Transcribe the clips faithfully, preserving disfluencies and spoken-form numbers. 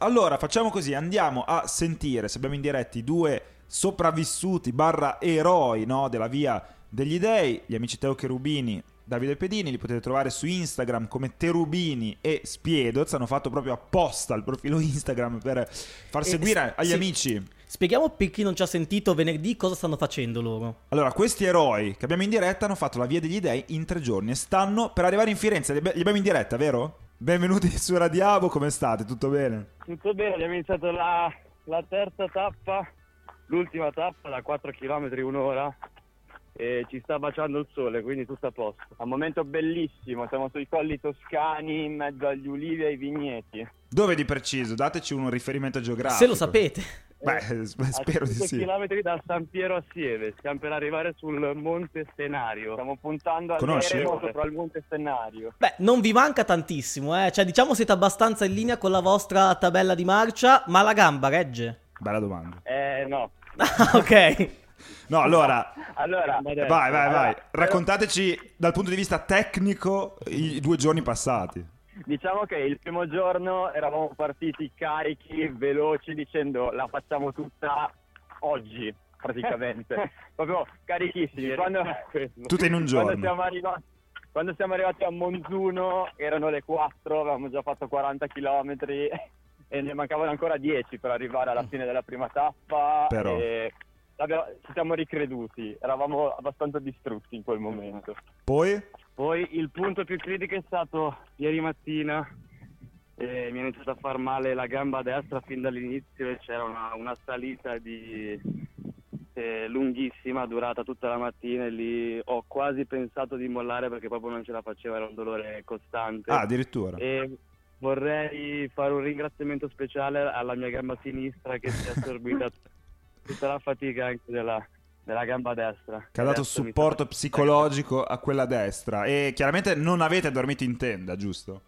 Allora, facciamo così, andiamo a sentire, se abbiamo in diretta i due sopravvissuti barra eroi, no, della Via degli Dei, gli amici Teo Cherubini, Davide Pedini. Li potete trovare su Instagram come Terubini e Spiedoz. Hanno fatto proprio apposta il profilo Instagram per far seguire Eh, agli sì. amici. Spieghiamo per chi non ci ha sentito venerdì cosa stanno facendo loro. Allora, questi eroi che abbiamo in diretta hanno fatto la Via degli Dei in tre giorni e stanno per arrivare in Firenze. Li abbi- li abbiamo in diretta, vero? Benvenuti su Radiabo, come state? Tutto bene? Tutto bene, abbiamo iniziato la, la terza tappa, l'ultima tappa da quattro chilometri, un'ora, e ci sta baciando il sole, quindi tutto a posto. È un momento bellissimo, siamo sui colli toscani in mezzo agli ulivi e ai vigneti. Dove di preciso? Dateci un riferimento geografico. Se lo sapete. Beh, spero di A cinque sì. chilometri da San Piero a Sieve, stiamo per arrivare sul Monte Stenario. Stiamo puntando Conosci? all'eremo sopra il Monte Stenario. Beh, non vi manca tantissimo, eh. Cioè, diciamo siete abbastanza in linea con la vostra tabella di marcia, ma la gamba regge. Bella domanda. Eh no. Ah, ok. No, allora, Allora, vai, vai, vai. allora, Raccontateci dal punto di vista tecnico i due giorni passati. diciamo che il primo giorno eravamo partiti carichi, veloci, dicendo la facciamo tutta oggi, praticamente. Proprio carichissimi. Quando, Tutte in un giorno. Quando siamo, arrivati, quando siamo arrivati a Monzuno erano le quattro, avevamo già fatto quaranta chilometri e ne mancavano ancora dieci per arrivare alla fine della prima tappa. Però. E abbiamo- ci siamo ricreduti, eravamo abbastanza distrutti in quel momento. Poi? Poi il punto più critico è stato ieri mattina, eh, mi è iniziato a far male la gamba destra fin dall'inizio e c'era una, una salita di, eh, lunghissima, durata tutta la mattina, e lì ho quasi pensato di mollare perché proprio non ce la faceva, era un dolore costante. Ah, addirittura. E vorrei fare un ringraziamento speciale alla mia gamba sinistra che si è assorbita tutta la fatica anche della... della gamba destra. Che ha dato Adesso mi supporto sta- psicologico a quella destra. E chiaramente non avete dormito in tenda, giusto?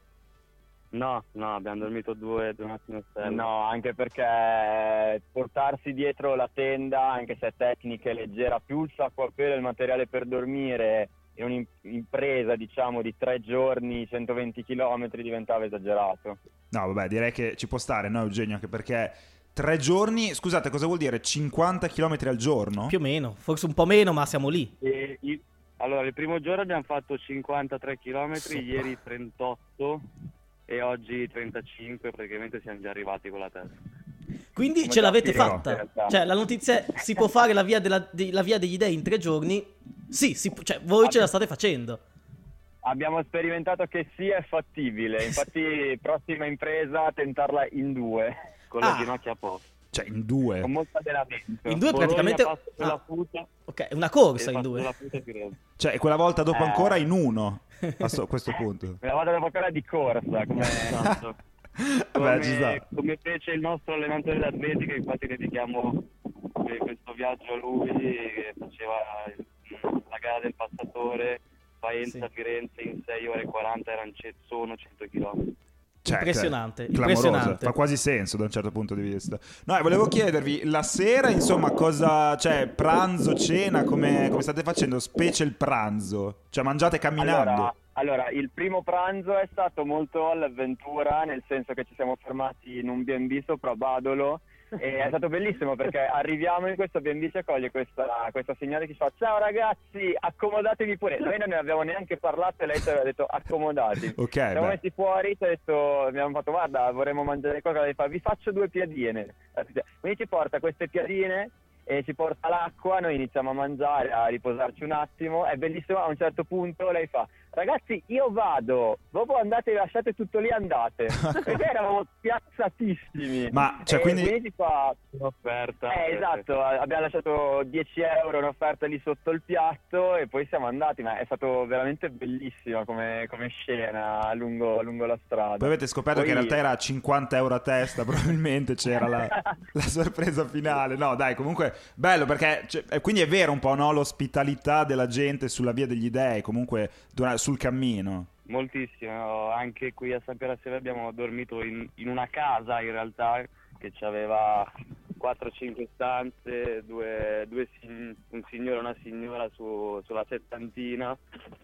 No, no, abbiamo dormito due, due notti in ostello. No, anche perché portarsi dietro la tenda, anche se è tecnica e leggera, più il sacco a pelo e il materiale per dormire, in un'impresa, diciamo, di tre giorni, centoventi chilometri, diventava esagerato. No, vabbè, direi che ci può stare, no, Eugenio? Anche perché tre giorni, scusate, cosa vuol dire? cinquanta chilometri al giorno? Più o meno, forse un po' meno, ma siamo lì. E il- allora, il primo giorno abbiamo fatto cinquantatré chilometri, ieri trentotto e oggi trentacinque, praticamente siamo già arrivati con la testa. Quindi Come ce già l'avete Firenze, fatta. in realtà. Cioè, la notizia è, si può fare la via, della- di- la via degli dei in tre giorni? Sì, si può- cioè, voi ce la state facendo. Abbiamo sperimentato che sì, è fattibile, infatti prossima impresa tentarla in due, con le Ah. ginocchia a posto, Cioè, in due. con molto allenamento. In due Bologna, praticamente- passo sulla ah. Futa, Ok, una e corsa in passo due. sulla Futa e Firenze. Cioè, quella volta dopo Eh. ancora in uno. A sto- questo punto. Una volta dopo ancora di corsa, come, esatto. Vabbè, ci come, sta. come fece il nostro allenatore d'atletica, infatti dedichiamo eh, questo viaggio a lui, che faceva il- la gara del passatore, Faenza, Sì. Firenze in sei ore e quaranta, erano ce- sono cento chilometri. Cioè, Impressionante, cioè, clamorosa. impressionante. Fa quasi senso da un certo punto di vista. No, e volevo chiedervi, la sera, insomma, cosa... Cioè, pranzo, cena, come, come state facendo? Specie il pranzo. Cioè, mangiate camminando? Allora, allora, il primo pranzo è stato molto all'avventura, nel senso che ci siamo fermati in un B and B sopra Badolo e è stato bellissimo perché arriviamo in questo B and B, ci accoglie questa, questa signora che ci fa: ciao ragazzi, accomodatevi pure. Noi non ne avevamo neanche parlato e lei ci aveva detto accomodati. Ok, Siamo beh. messi fuori, ci ha detto, abbiamo fatto guarda, vorremmo mangiare qualcosa, lei fa vi faccio due piadine. Quindi ci porta queste piadine e ci porta l'acqua, noi iniziamo a mangiare, a riposarci un attimo, è bellissimo. A un certo punto lei fa: ragazzi, io vado, dopo andate, lasciate tutto lì, andate. Perché eravamo spiazzatissimi. Ma, cioè, E quindi- quindi ci fa un'offerta. Eh, esatto, abbiamo lasciato dieci euro, un'offerta lì sotto il piatto e poi siamo andati, ma è stato veramente bellissimo come, come scena lungo, lungo la strada. Poi avete scoperto Poi- che in realtà era cinquanta euro a testa, probabilmente c'era la, la sorpresa finale. No, dai, comunque bello perché cioè, eh, quindi è vero un po', no, l'ospitalità della gente sulla Via degli Dei, comunque dura- sul cammino. Moltissimo, anche qui a San Piero a Sieve abbiamo dormito in, in una casa in realtà che aveva quattro cinque stanze, due, due sig- un signore e una signora su, sulla settantina,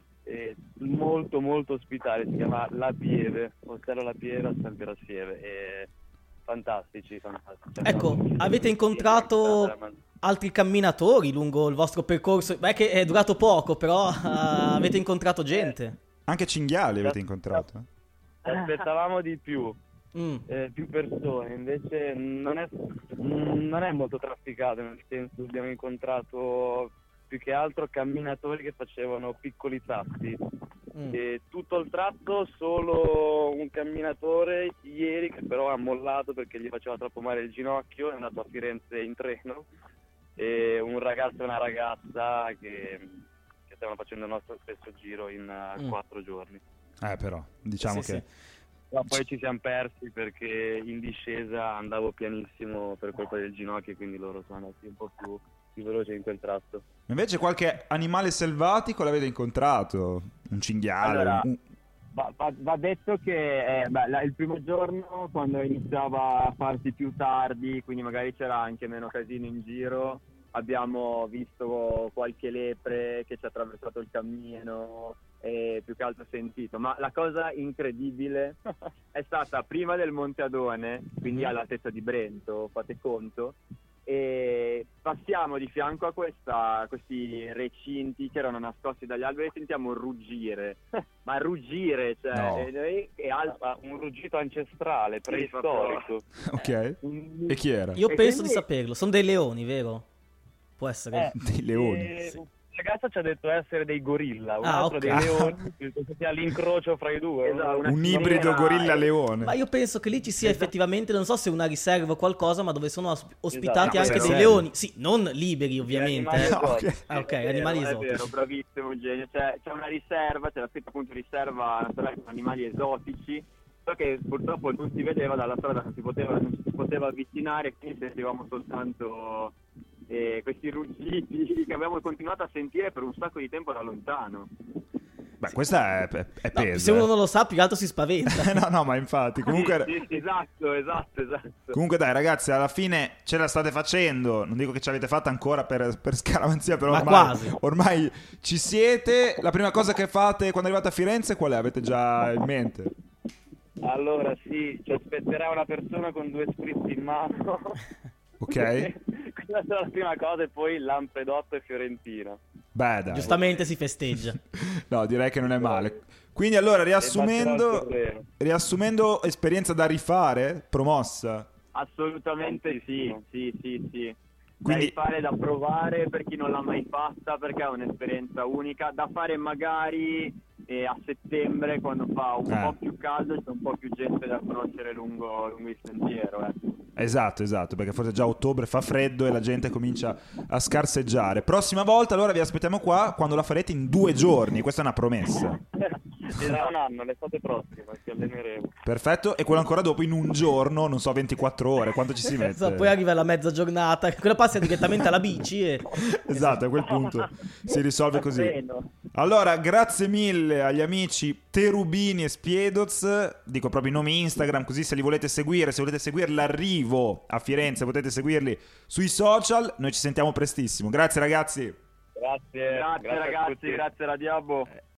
e molto molto ospitale, si chiama La Pieve, Ostello La Pieve a San Piero a Sieve, e fantastici, fantastici. Ecco, avete incontrato altri camminatori lungo il vostro percorso? Beh, che è durato poco, però uh, avete incontrato gente. Anche cinghiali avete incontrato? Aspettavamo di più. Mm. Eh, più persone, invece non è, non è molto trafficato, nel senso abbiamo incontrato più che altro camminatori che facevano piccoli tratti. Mm. E tutto il tratto solo un camminatore ieri che però ha mollato perché gli faceva troppo male il ginocchio, è andato a Firenze in treno, e un ragazzo e una ragazza che, che stavano facendo il nostro stesso giro in uh, Mm. quattro giorni. Eh però, diciamo Sì, che... sì. Ma poi ci siamo persi perché in discesa andavo pianissimo per colpa del ginocchio, quindi loro sono andati un po' più, più veloci in quel tratto. Invece qualche animale selvatico l'avete incontrato? Un cinghiale? Allora, un- Va, va- va detto che eh, beh, la- il primo giorno, quando iniziava a farsi più tardi, quindi magari c'era anche meno casino in giro, abbiamo visto qualche lepre che ci ha attraversato il cammino e più che altro sentito. Ma la cosa incredibile è stata prima del Monte Adone, quindi all'altezza di Brento, fate conto, e passiamo di fianco a questa, questi recinti che erano nascosti dagli alberi e sentiamo ruggire, ma ruggire, cioè, No. e noi- e alza un ruggito ancestrale, preistorico. Ok. Un- E chi era? Io E penso quindi- di saperlo. Sono dei leoni, vero? Può essere. Eh, Dei leoni. e Sì. La ragazza ci ha detto essere dei gorilla, un Ah, altro ok. dei leoni, penso che sia l'incrocio fra i due. Esatto, una Un ibrido chimera- gorilla-leone. Ma io penso che lì ci sia effettivamente, non so se una riserva o qualcosa, ma dove sono os- ospitati Esatto, anche è dei vero. leoni. Sì, non liberi ovviamente. Gli eh. animali Ok. esotici. Ah, ok, È vero, animali è esotici. vero, bravissimo genio. C'è, c'è una riserva, c'era scritto appunto riserva naturale con animali esotici, so che purtroppo non si vedeva dalla strada, non si poteva, non si poteva avvicinare, quindi sentivamo soltanto eh, questi ruggiti che abbiamo continuato a sentire per un sacco di tempo da lontano. Beh, questa è, è, è No, peso. se uno eh. non lo sa, più che altro si spaventa. no, no, ma infatti, comunque... Sì, sì, esatto, esatto, esatto. Comunque dai ragazzi, alla fine ce la state facendo, non dico che ce l'avete fatta ancora per, per scaramanzia, però Ma ormai, quasi. ormai ci siete. La prima cosa che fate quando arrivate a Firenze qual è? Avete già in mente? Allora sì, ci aspetterà una persona con due spritz in mano. Ok? Quella sarà la prima cosa, e poi Lampredotto e Fiorentina. Beh dai. Giustamente si festeggia. No, direi che non è male. Quindi allora, riassumendo, E batterò il Torino. riassumendo esperienza da rifare, promossa. Assolutamente sì, sì, sì, sì. Quindi- Da rifare, da provare per chi non l'ha mai fatta, perché è un'esperienza unica, da fare magari eh, a settembre quando fa un Eh. po' più caldo e c'è un po' più gente da conoscere lungo, lungo il sentiero. Eh. Esatto, esatto, perché forse già a ottobre fa freddo e la gente comincia a scarseggiare. Prossima volta allora vi aspettiamo qua quando la farete in due giorni, questa è una promessa. Sarà un anno, l'estate prossima, ci alleneremo. Perfetto, e quello ancora dopo in un giorno, non so, ventiquattro ore, quanto ci si mette? Esatto, poi arriva la mezza giornata, quella passa direttamente alla bici e... Esatto, a quel punto si risolve così. Treno. Allora, grazie mille agli amici Terubini e Spiedoz, dico proprio i nomi Instagram, così se li volete seguire, se volete seguire l'arrivo a Firenze potete seguirli sui social. Noi ci sentiamo prestissimo. Grazie ragazzi. Grazie, grazie, Grazie ragazzi, a tutti. grazie Radiabo.